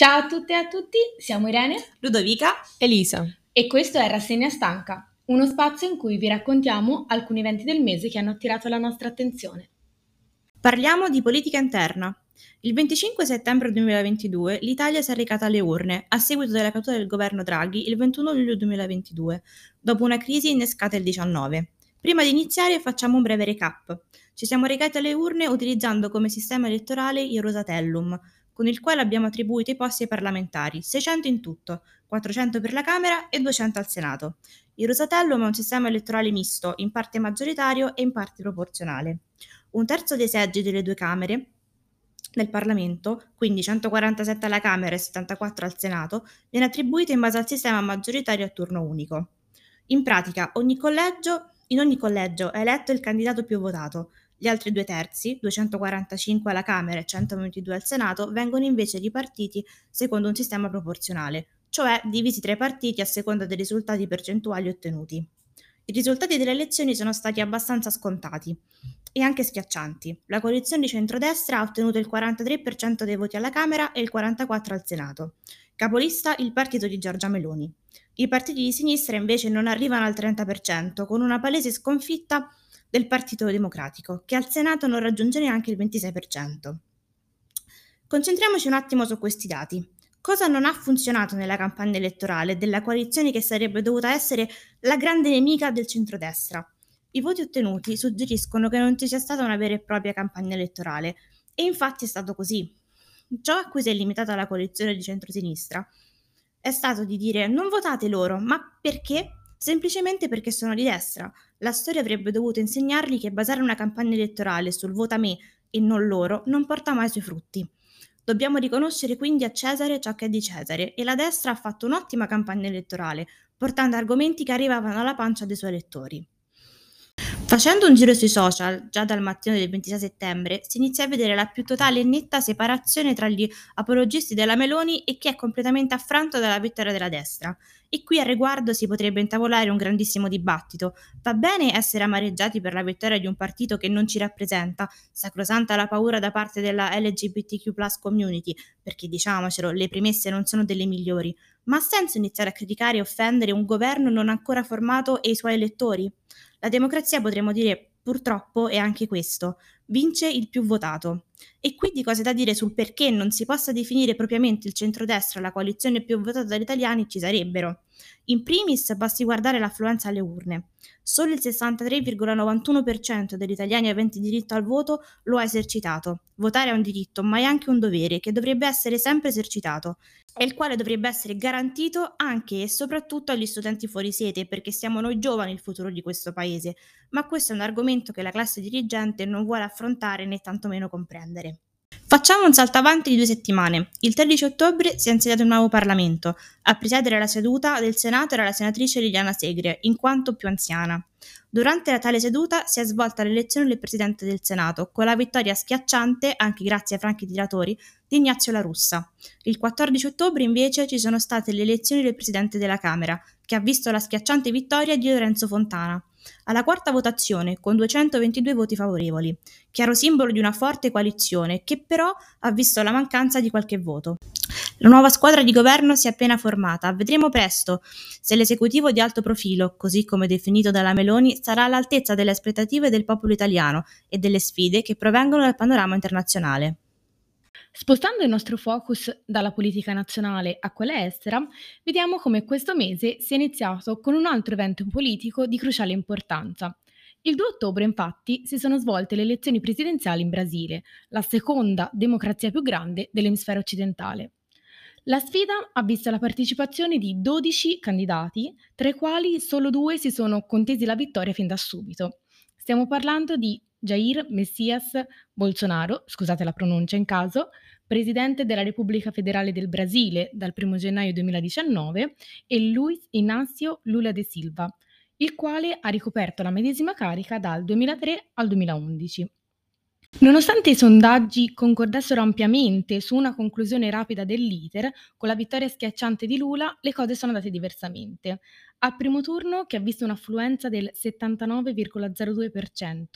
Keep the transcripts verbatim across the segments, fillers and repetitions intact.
Ciao a tutte e a tutti, siamo Irene Ludovica, Elisa. e questo è Rassegna Stanca, uno spazio in cui vi raccontiamo alcuni eventi del mese che hanno attirato la nostra attenzione. Parliamo di politica interna. Il venticinque settembre duemilaventidue l'Italia si è recata alle urne a seguito della caduta del governo Draghi il ventuno luglio duemilaventidue, dopo una crisi innescata il diciannove. Prima di iniziare facciamo un breve recap. Ci siamo recati alle urne utilizzando come sistema elettorale il Rosatellum, con il quale abbiamo attribuito i posti ai parlamentari, seicento in tutto, quattrocento per la Camera e duecento al Senato. Il Rosatellum è un sistema elettorale misto, in parte maggioritario e in parte proporzionale. Un terzo dei seggi delle due Camere del Parlamento, quindi centoquarantasette alla Camera e settantaquattro al Senato, viene attribuito in base al sistema maggioritario a turno unico. In pratica, ogni collegio, in ogni collegio è eletto il candidato più votato. Gli altri due terzi, duecentoquarantacinque alla Camera e centoventidue al Senato, vengono invece ripartiti secondo un sistema proporzionale, cioè divisi tra i partiti a seconda dei risultati percentuali ottenuti. I risultati delle elezioni sono stati abbastanza scontati e anche schiaccianti. La coalizione di centrodestra ha ottenuto il quarantatré per cento dei voti alla Camera e il quarantaquattro per cento al Senato. Capolista il partito di Giorgia Meloni. I partiti di sinistra invece non arrivano al trenta per cento, con una palese sconfitta del Partito Democratico, che al Senato non raggiunge neanche il ventisei per cento. Concentriamoci un attimo su questi dati. Cosa non ha funzionato nella campagna elettorale della coalizione che sarebbe dovuta essere la grande nemica del centrodestra? I voti ottenuti suggeriscono che non ci sia stata una vera e propria campagna elettorale, e infatti è stato così. Ciò a cui si è limitata la coalizione di centrosinistra è stato di dire non votate loro, ma perché? Semplicemente perché sono di destra. La storia avrebbe dovuto insegnargli che basare una campagna elettorale sul vota me e non loro non porta mai i suoi frutti. Dobbiamo riconoscere quindi a Cesare ciò che è di Cesare, e la destra ha fatto un'ottima campagna elettorale, portando argomenti che arrivavano alla pancia dei suoi elettori. Facendo un giro sui social, già dal mattino del ventisei settembre, si inizia a vedere la più totale e netta separazione tra gli apologisti della Meloni e chi è completamente affranto dalla vittoria della destra. E qui al riguardo si potrebbe intavolare un grandissimo dibattito. Va bene essere amareggiati per la vittoria di un partito che non ci rappresenta, sacrosanta la paura da parte della L G B T Q plus community, perché diciamocelo, le premesse non sono delle migliori, ma ha senso iniziare a criticare e offendere un governo non ancora formato e i suoi elettori? La democrazia, potremmo dire, purtroppo è anche questo: vince il più votato. E quindi cose da dire sul perché non si possa definire propriamente il centrodestra la coalizione più votata dagli italiani ci sarebbero. In primis basti guardare l'affluenza alle urne. Solo il sessantatré virgola novantuno per cento degli italiani aventi diritto al voto lo ha esercitato. Votare è un diritto, ma è anche un dovere che dovrebbe essere sempre esercitato, e il quale dovrebbe essere garantito anche e soprattutto agli studenti fuori sede, perché siamo noi giovani il futuro di questo paese, ma questo è un argomento che la classe dirigente non vuole affrontare né tantomeno comprendere. Facciamo un salto avanti di due settimane. Il tredici ottobre si è insediato un nuovo Parlamento. A presiedere la seduta del Senato era la senatrice Liliana Segre, in quanto più anziana. Durante la tale seduta si è svolta l'elezione del Presidente del Senato, con la vittoria schiacciante, anche grazie ai franchi tiratori, di Ignazio La Russa. Il quattordici ottobre invece ci sono state le elezioni del Presidente della Camera, che ha visto la schiacciante vittoria di Lorenzo Fontana. Alla quarta votazione, con duecentoventidue voti favorevoli, chiaro simbolo di una forte coalizione che però ha visto la mancanza di qualche voto. La nuova squadra di governo si è appena formata, vedremo presto se l'esecutivo di alto profilo, così come definito dalla Meloni, sarà all'altezza delle aspettative del popolo italiano e delle sfide che provengono dal panorama internazionale. Spostando il nostro focus dalla politica nazionale a quella estera, vediamo come questo mese sia iniziato con un altro evento politico di cruciale importanza. Il due ottobre, infatti, si sono svolte le elezioni presidenziali in Brasile, la seconda democrazia più grande dell'emisfero occidentale. La sfida ha visto la partecipazione di dodici candidati, tra i quali solo due si sono contesi la vittoria fin da subito. Stiamo parlando di Jair Messias Bolsonaro, scusate la pronuncia in caso, presidente della Repubblica Federale del Brasile dal primo gennaio duemiladiciannove, e Luiz Inácio Lula da Silva, il quale ha ricoperto la medesima carica dal duemilatré al duemilaundici. Nonostante i sondaggi concordassero ampiamente su una conclusione rapida dell'iter, con la vittoria schiacciante di Lula, le cose sono andate diversamente. Al primo turno, che ha visto un'affluenza del settantanove virgola zero due per cento,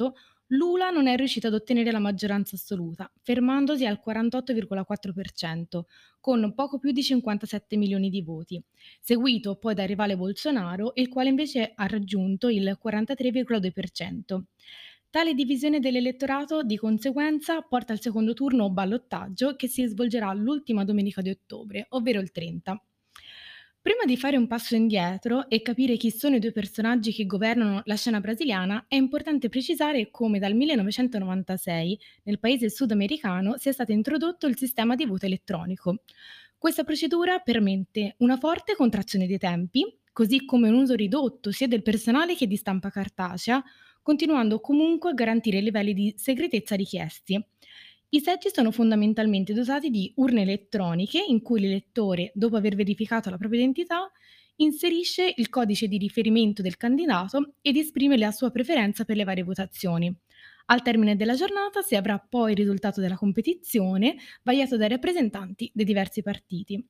Lula non è riuscito ad ottenere la maggioranza assoluta, fermandosi al quarantotto virgola quattro per cento, con poco più di cinquantasette milioni di voti, seguito poi dal rivale Bolsonaro, il quale invece ha raggiunto il quarantatré virgola due per cento. Tale divisione dell'elettorato, di conseguenza, porta al secondo turno o ballottaggio che si svolgerà l'ultima domenica di ottobre, ovvero il trenta. Prima di fare un passo indietro e capire chi sono i due personaggi che governano la scena brasiliana, è importante precisare come dal millenovecentonovantasei nel paese sudamericano sia stato introdotto il sistema di voto elettronico. Questa procedura permette una forte contrazione dei tempi, così come un uso ridotto sia del personale che di stampa cartacea, continuando comunque a garantire i livelli di segretezza richiesti. I seggi sono fondamentalmente dotati di urne elettroniche in cui l'elettore, dopo aver verificato la propria identità, inserisce il codice di riferimento del candidato ed esprime la sua preferenza per le varie votazioni. Al termine della giornata si avrà poi il risultato della competizione, vagliato dai rappresentanti dei diversi partiti.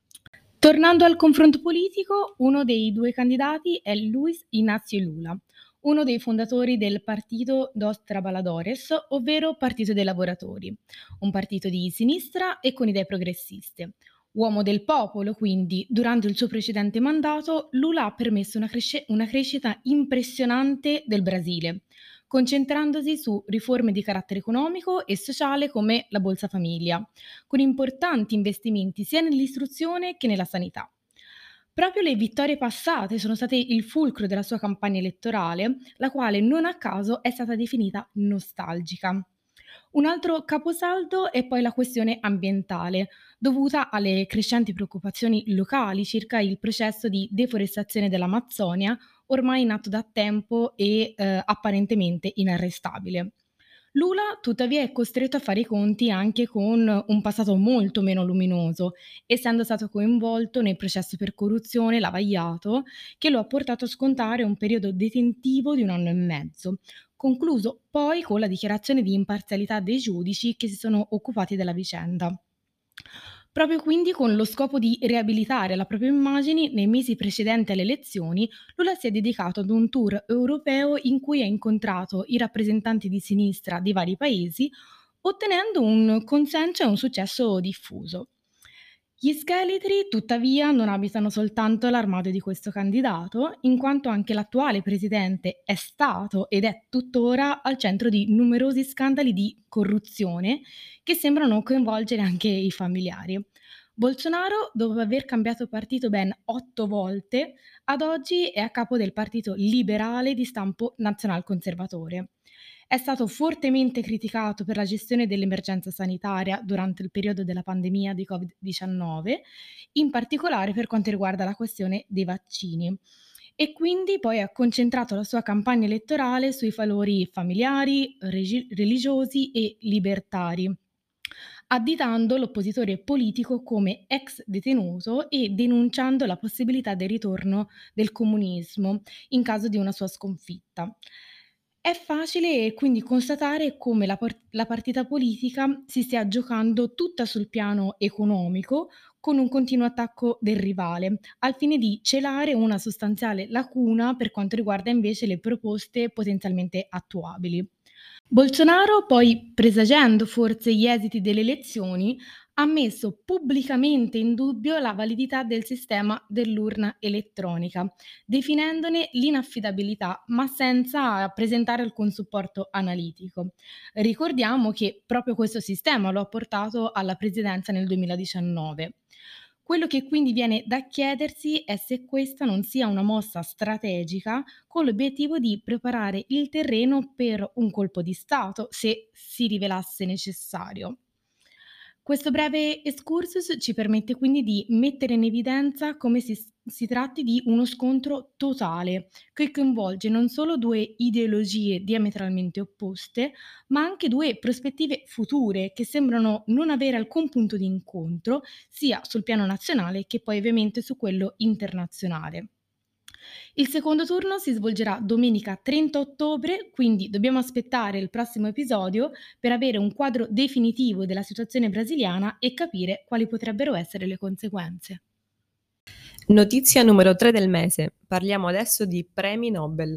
Tornando al confronto politico, uno dei due candidati è Luis Inácio Lula, uno dei fondatori del Partito dos Trabalhadores, ovvero Partito dei Lavoratori, un partito di sinistra e con idee progressiste. Uomo del popolo, quindi, durante il suo precedente mandato, Lula ha permesso una, cresce- una crescita impressionante del Brasile, concentrandosi su riforme di carattere economico e sociale come la Bolsa Famiglia, con importanti investimenti sia nell'istruzione che nella sanità. Proprio le vittorie passate sono state il fulcro della sua campagna elettorale, la quale non a caso è stata definita nostalgica. Un altro caposaldo è poi la questione ambientale, dovuta alle crescenti preoccupazioni locali circa il processo di deforestazione dell'Amazzonia, ormai in atto da tempo e eh, apparentemente inarrestabile. Lula, tuttavia, è costretto a fare i conti anche con un passato molto meno luminoso, essendo stato coinvolto nel processo per corruzione lavagliato, che lo ha portato a scontare un periodo detentivo di un anno e mezzo, concluso poi con la dichiarazione di imparzialità dei giudici che si sono occupati della vicenda. Proprio quindi con lo scopo di riabilitare la propria immagine, nei mesi precedenti alle elezioni, Lula si è dedicato ad un tour europeo in cui ha incontrato i rappresentanti di sinistra di vari paesi, ottenendo un consenso e un successo diffuso. Gli scheletri, tuttavia, non abitano soltanto l'armadio di questo candidato, in quanto anche l'attuale presidente è stato ed è tuttora al centro di numerosi scandali di corruzione che sembrano coinvolgere anche i familiari. Bolsonaro, dopo aver cambiato partito ben otto volte, ad oggi è a capo del partito liberale di stampo nazionalconservatore. È stato fortemente criticato per la gestione dell'emergenza sanitaria durante il periodo della pandemia di covid diciannove, in particolare per quanto riguarda la questione dei vaccini. E quindi poi ha concentrato la sua campagna elettorale sui valori familiari, regi- religiosi e libertari, additando l'oppositore politico come ex detenuto e denunciando la possibilità del ritorno del comunismo in caso di una sua sconfitta. È facile quindi constatare come la, por- la partita politica si stia giocando tutta sul piano economico, con un continuo attacco del rivale, al fine di celare una sostanziale lacuna per quanto riguarda invece le proposte potenzialmente attuabili. Bolsonaro, poi presagendo forse gli esiti delle elezioni, ha messo pubblicamente in dubbio la validità del sistema dell'urna elettronica, definendone l'inaffidabilità, ma senza presentare alcun supporto analitico. Ricordiamo che proprio questo sistema lo ha portato alla presidenza nel duemiladiciannove. Quello che quindi viene da chiedersi è se questa non sia una mossa strategica con l'obiettivo di preparare il terreno per un colpo di Stato, se si rivelasse necessario. Questo breve excursus ci permette quindi di mettere in evidenza come si, si tratti di uno scontro totale, che coinvolge non solo due ideologie diametralmente opposte, ma anche due prospettive future che sembrano non avere alcun punto di incontro, sia sul piano nazionale che poi ovviamente su quello internazionale. Il secondo turno si svolgerà domenica trenta ottobre, quindi dobbiamo aspettare il prossimo episodio per avere un quadro definitivo della situazione brasiliana e capire quali potrebbero essere le conseguenze. Notizia numero tre del mese. Parliamo adesso di premi Nobel.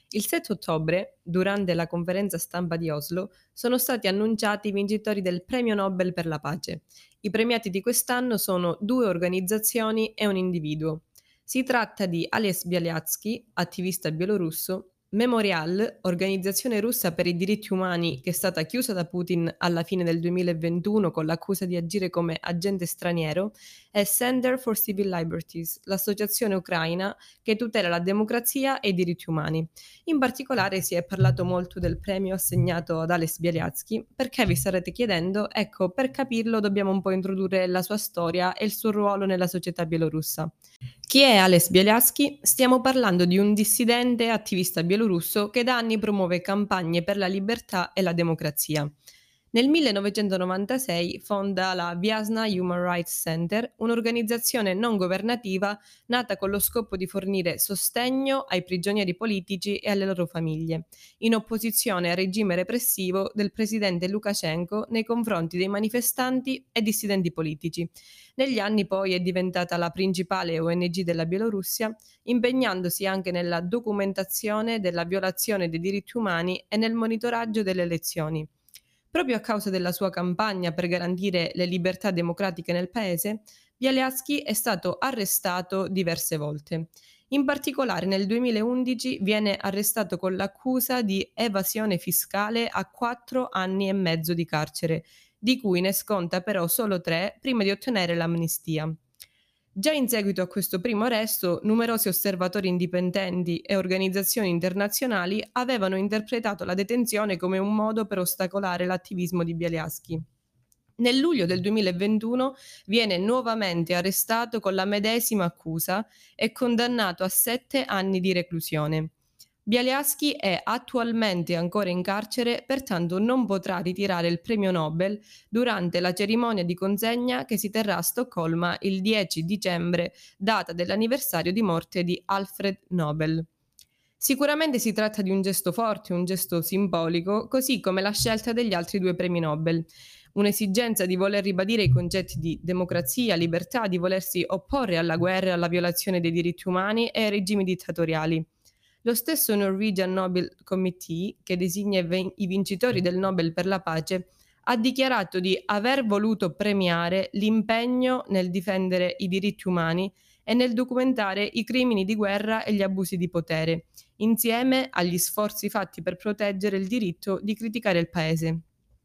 Il sette ottobre, durante la conferenza stampa di Oslo, sono stati annunciati i vincitori del Premio Nobel per la pace. I premiati di quest'anno sono due organizzazioni e un individuo. Si tratta di Ales Bialiatski, attivista bielorusso, Memorial, organizzazione russa per i diritti umani che è stata chiusa da Putin alla fine del duemilaventuno con l'accusa di agire come agente straniero, e Center for Civil Liberties, l'associazione ucraina che tutela la democrazia e i diritti umani. In particolare si è parlato molto del premio assegnato ad Ales Bialiatski. Perché vi starete chiedendo? Ecco, per capirlo dobbiamo un po' introdurre la sua storia e il suo ruolo nella società bielorussa. Chi è Ales Bialiatski? Stiamo parlando di un dissidente attivista bielorusso che da anni promuove campagne per la libertà e la democrazia. Nel millenovecentonovantasei fonda la Vyazna Human Rights Center, un'organizzazione non governativa nata con lo scopo di fornire sostegno ai prigionieri politici e alle loro famiglie, in opposizione al regime repressivo del presidente Lukashenko nei confronti dei manifestanti e dissidenti politici. Negli anni poi è diventata la principale O N G della Bielorussia, impegnandosi anche nella documentazione della violazione dei diritti umani e nel monitoraggio delle elezioni. Proprio a causa della sua campagna per garantire le libertà democratiche nel paese, Bialiatski è stato arrestato diverse volte. In particolare nel duemilaundici viene arrestato con l'accusa di evasione fiscale a quattro anni e mezzo di carcere, di cui ne sconta però solo tre prima di ottenere l'amnistia. Già in seguito a questo primo arresto, numerosi osservatori indipendenti e organizzazioni internazionali avevano interpretato la detenzione come un modo per ostacolare l'attivismo di Bialiatski. Nel luglio del duemilaventuno viene nuovamente arrestato con la medesima accusa e condannato a sette anni di reclusione. Bialiatski è attualmente ancora in carcere, pertanto non potrà ritirare il premio Nobel durante la cerimonia di consegna che si terrà a Stoccolma il dieci dicembre, data dell'anniversario di morte di Alfred Nobel. Sicuramente si tratta di un gesto forte, un gesto simbolico, così come la scelta degli altri due premi Nobel. Un'esigenza di voler ribadire i concetti di democrazia, libertà, di volersi opporre alla guerra e alla violazione dei diritti umani e ai regimi dittatoriali. Lo stesso Norwegian Nobel Committee, che designa i vincitori del Nobel per la pace, ha dichiarato di aver voluto premiare l'impegno nel difendere i diritti umani e nel documentare i crimini di guerra e gli abusi di potere, insieme agli sforzi fatti per proteggere il diritto di criticare il paese.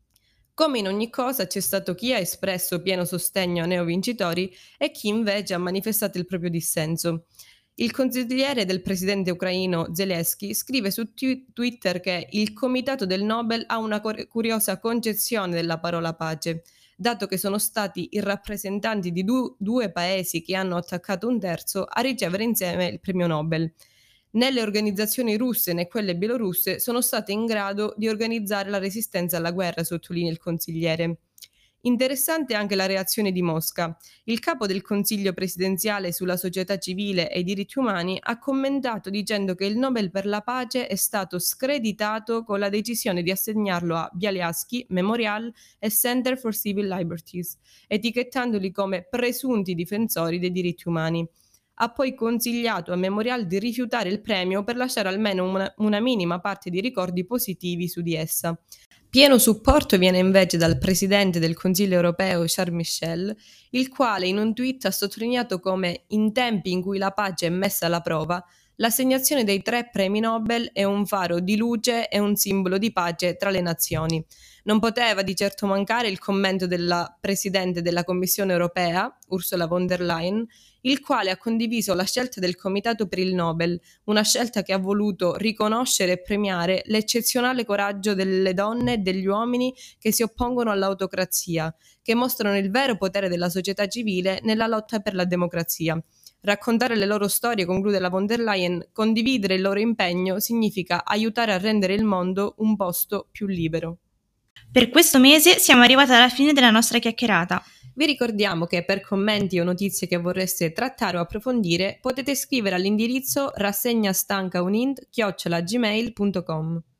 Come in ogni cosa c'è stato chi ha espresso pieno sostegno ai neovincitori e chi invece ha manifestato il proprio dissenso. Il consigliere del presidente ucraino Zelensky scrive su t- Twitter che il comitato del Nobel ha una cor- curiosa concezione della parola pace, dato che sono stati i rappresentanti di du- due paesi che hanno attaccato un terzo a ricevere insieme il premio Nobel. Né le organizzazioni russe né quelle bielorusse sono state in grado di organizzare la resistenza alla guerra, sottolinea il consigliere. Interessante anche la reazione di Mosca. Il capo del Consiglio presidenziale sulla società civile e i diritti umani ha commentato dicendo che il Nobel per la pace è stato screditato con la decisione di assegnarlo a Bialiatski, Memorial e Center for Civil Liberties, etichettandoli come presunti difensori dei diritti umani. Ha poi consigliato a Memorial di rifiutare il premio per lasciare almeno una, una minima parte di ricordi positivi su di essa. Pieno supporto viene invece dal presidente del Consiglio europeo Charles Michel, il quale in un tweet ha sottolineato come, in tempi in cui la pace è messa alla prova, l'assegnazione dei tre premi Nobel è un faro di luce e un simbolo di pace tra le nazioni. Non poteva di certo mancare il commento della presidente della Commissione europea, Ursula von der Leyen, il quale ha condiviso la scelta del Comitato per il Nobel, una scelta che ha voluto riconoscere e premiare l'eccezionale coraggio delle donne e degli uomini che si oppongono all'autocrazia, che mostrano il vero potere della società civile nella lotta per la democrazia. Raccontare le loro storie, conclude la von der Leyen, condividere il loro impegno significa aiutare a rendere il mondo un posto più libero. Per questo mese siamo arrivati alla fine della nostra chiacchierata. Vi ricordiamo che per commenti o notizie che vorreste trattare o approfondire potete scrivere all'indirizzo rassegnastancaunint chiocciola gmail punto com.